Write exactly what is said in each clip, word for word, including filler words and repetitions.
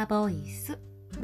ザボイス。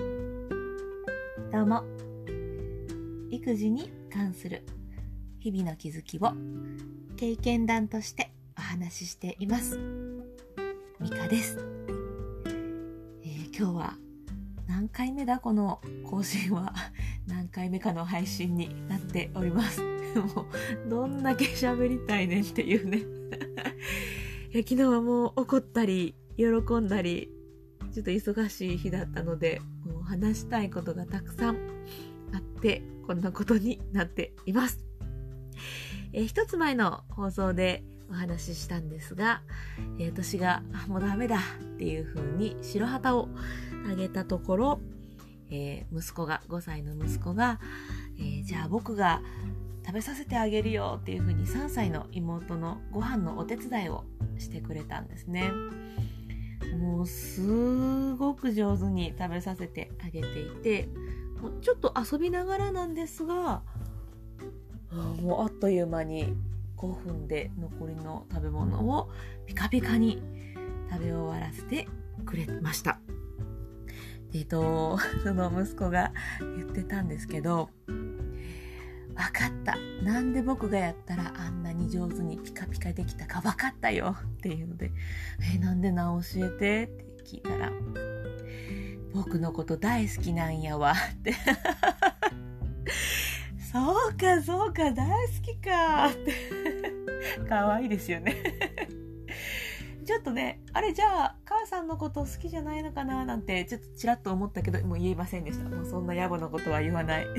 どうも、育児に関する日々の気づきを経験談としてお話ししていますミカです。えー、今日は何回目だこの更新は何回目かの配信になっておりますもうどんだけ喋りたいねんっていうねいや昨日はもう怒ったり喜んだりちょっと忙しい日だったので、もう話したいことがたくさんあってこんなことになっています。えー、一つ前の放送でお話ししたんですが、えー、私がもうダメだっていう風に白旗をあげたところ、えー、息子がごさいの息子が、えー、じゃあ僕が食べさせてあげるよっていう風にさんさいの妹のご飯のお手伝いをしてくれたんですね。もうすごく上手に食べさせてあげていて、もうちょっと遊びながらなんですが、もうあっという間にごふんで残りの食べ物をピカピカに食べ終わらせてくれました。えっとその息子が言ってたんですけど、分かった、なんで僕がやったらあんなに上手にピカピカできたか分かったよっていうので、えなんでなん教えてって聞いたら、僕のこと大好きなんやわってそうかそうか大好きかって可愛いですよねちょっとね、あれじゃあ母さんのこと好きじゃないのかななんてちょっとちらっと思ったけど、もう言えませんでした。もうそんな野暮なことは言わない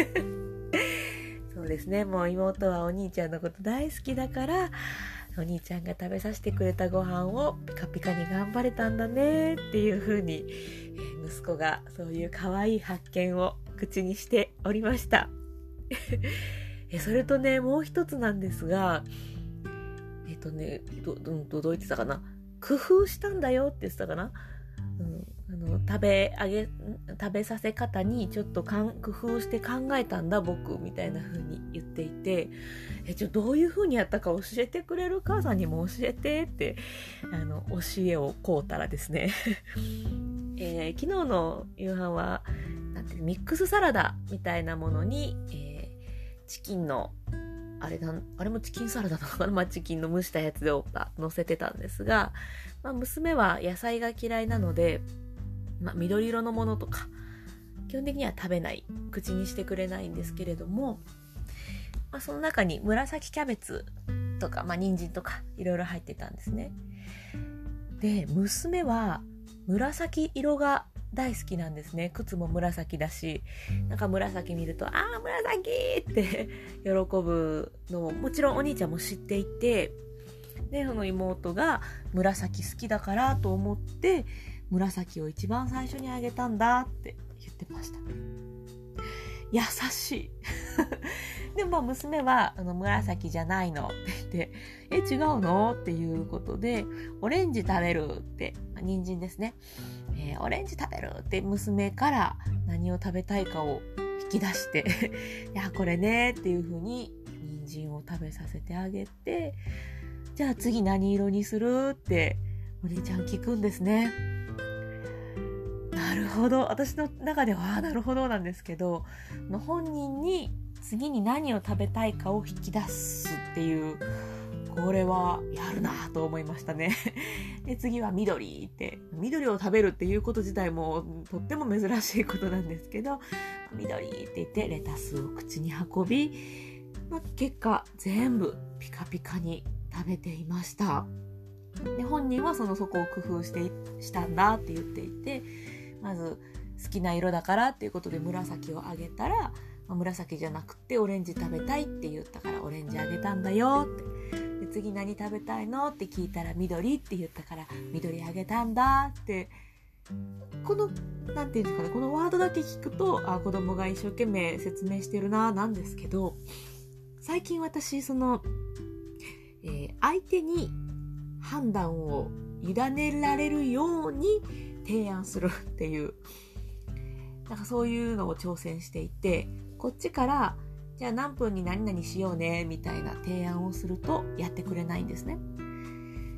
そうですね、もう妹はお兄ちゃんのこと大好きだから、お兄ちゃんが食べさせてくれたご飯をピカピカに頑張れたんだねっていう風に、えー、息子がそういう可愛い発見を口にしておりましたえそれとね、もう一つなんですが、えっとね ど, ど, どう言ってたかな、工夫したんだよって言ってたかな、うん、あの食べ上げ食べさせ方にちょっとかん工夫して考えたんだ僕みたいな風に言っていて、えちょどういう風にやったか教えてくれる？母さんにも教えてってあの教えをこうたらですね、えー、昨日の夕飯はなんてミックスサラダみたいなものに、えー、チキンのあれなんあれもチキンサラダなのかな、まあ、チキンの蒸したやつを乗せてたんですが、まあ、娘は野菜が嫌いなので、まあ、緑色のものとか基本的には食べない、口にしてくれないんですけれども、まあ、その中に紫キャベツとか、まあ、人参とかいろいろ入ってたんですね。で、娘は紫色が大好きなんですね。靴も紫だし、なんか紫見るとあー紫って喜ぶのももちろんお兄ちゃんも知っていて、でその妹が紫好きだからと思って紫を一番最初にあげたんだって言ってました。優しいでもまあ娘はあの紫じゃないのって言って、え違うのっていうことで、オレンジ食べるって、まあ、人参ですね、えー、オレンジ食べるって娘から何を食べたいかを引き出していやこれねっていう風に人参を食べさせてあげて、じゃあ次何色にするってお兄ちゃん聞くんですね。なるほど、私の中ではなるほどなんですけど、の本人に次に何を食べたいかを引き出すっていう、これはやるなと思いましたねで次は緑って、緑を食べるっていうこと自体もとっても珍しいことなんですけど、緑って言ってレタスを口に運び、まあ、結果全部ピカピカに食べていました。で本人はそのそこを工夫してしたんだって言っていて、まず好きな色だからっていうことで紫をあげたら、まあ、紫じゃなくてオレンジ食べたいって言ったからオレンジあげたんだよって、で次何食べたいのって聞いたら緑って言ったから緑あげたんだって、このなんていうんですかね、このワードだけ聞くとあ子供が一生懸命説明してるななんですけど、最近私その、えー、相手に判断を委ねられるように提案するっていう、なんかそういうのを挑戦していて、こっちからじゃあ何分に何々しようねみたいな提案をするとやってくれないんですね。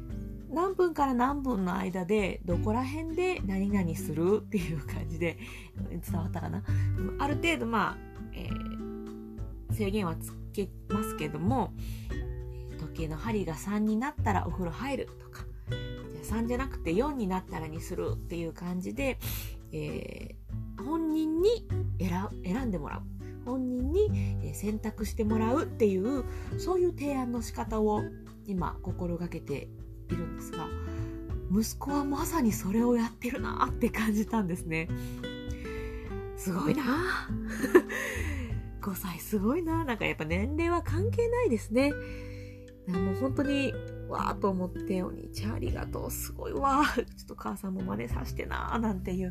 何分から何分の間でどこら辺で何々するっていう感じで伝わったかな。ある程度まあ、えー、制限はつけますけども、時計の針がさんになったらお風呂入るとか、じゃあさんじゃなくてよんになったらにするっていう感じで、えー、本人に選、選んでもらう、本人に選択してもらうっていう、そういう提案の仕方を今心がけているんですが、息子はまさにそれをやってるなって感じたんですね。すごいなごさいすごいな。なんかやっぱ年齢は関係ないですね。もう本当にわーと思って、お兄ちゃんありがとう、すごいわー、ちょっと母さんも真似させてなーなんて言って、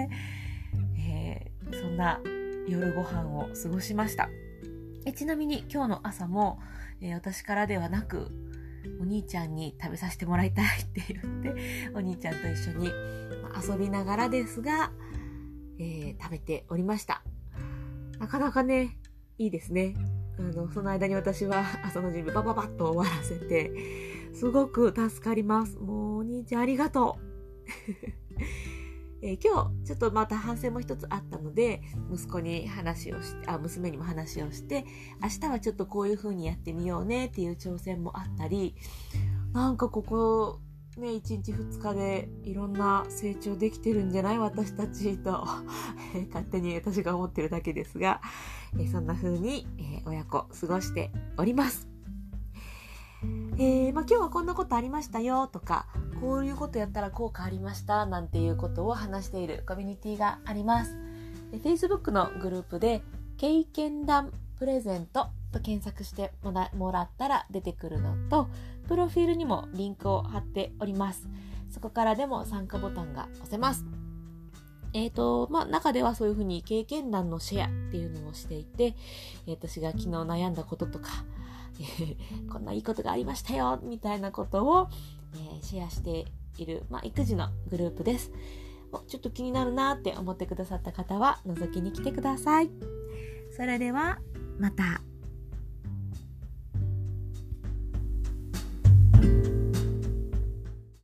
えー、そんな夜ご飯を過ごしました。えちなみに今日の朝も、えー、私からではなくお兄ちゃんに食べさせてもらいたいって言って、お兄ちゃんと一緒に遊びながらですが、えー、食べておりました。なかなかね、いいですね。あのその間に私は朝の準備バババッと終わらせて、すごく助かります。もうお兄ちゃんありがとう、えー、今日ちょっとまた反省も一つあったので、息子に話をしてあ娘にも話をして、明日はちょっとこういう風にやってみようねっていう挑戦もあったり、なんかここねいちにちふつかでいろんな成長できてるんじゃない私たちと勝手に私が思ってるだけですが、えー、そんな風に、えー、親子過ごしております。えーまあ、今日はこんなことありましたよとか、こういうことやったら効果ありましたなんていうことを話しているコミュニティがあります。で Facebook のグループで経験談プレゼントと検索しても ら, もらったら出てくるのと、プロフィールにもリンクを貼っております。そこからでも参加ボタンが押せます。えーとまあ、中ではそういうふうに経験談のシェアっていうのをしていて、えー、私が昨日悩んだこととか、えー、こんないいことがありましたよみたいなことを、えー、シェアしている、まあ、育児のグループです。ちょっと気になるなって思ってくださった方は覗きに来てください。それではまた。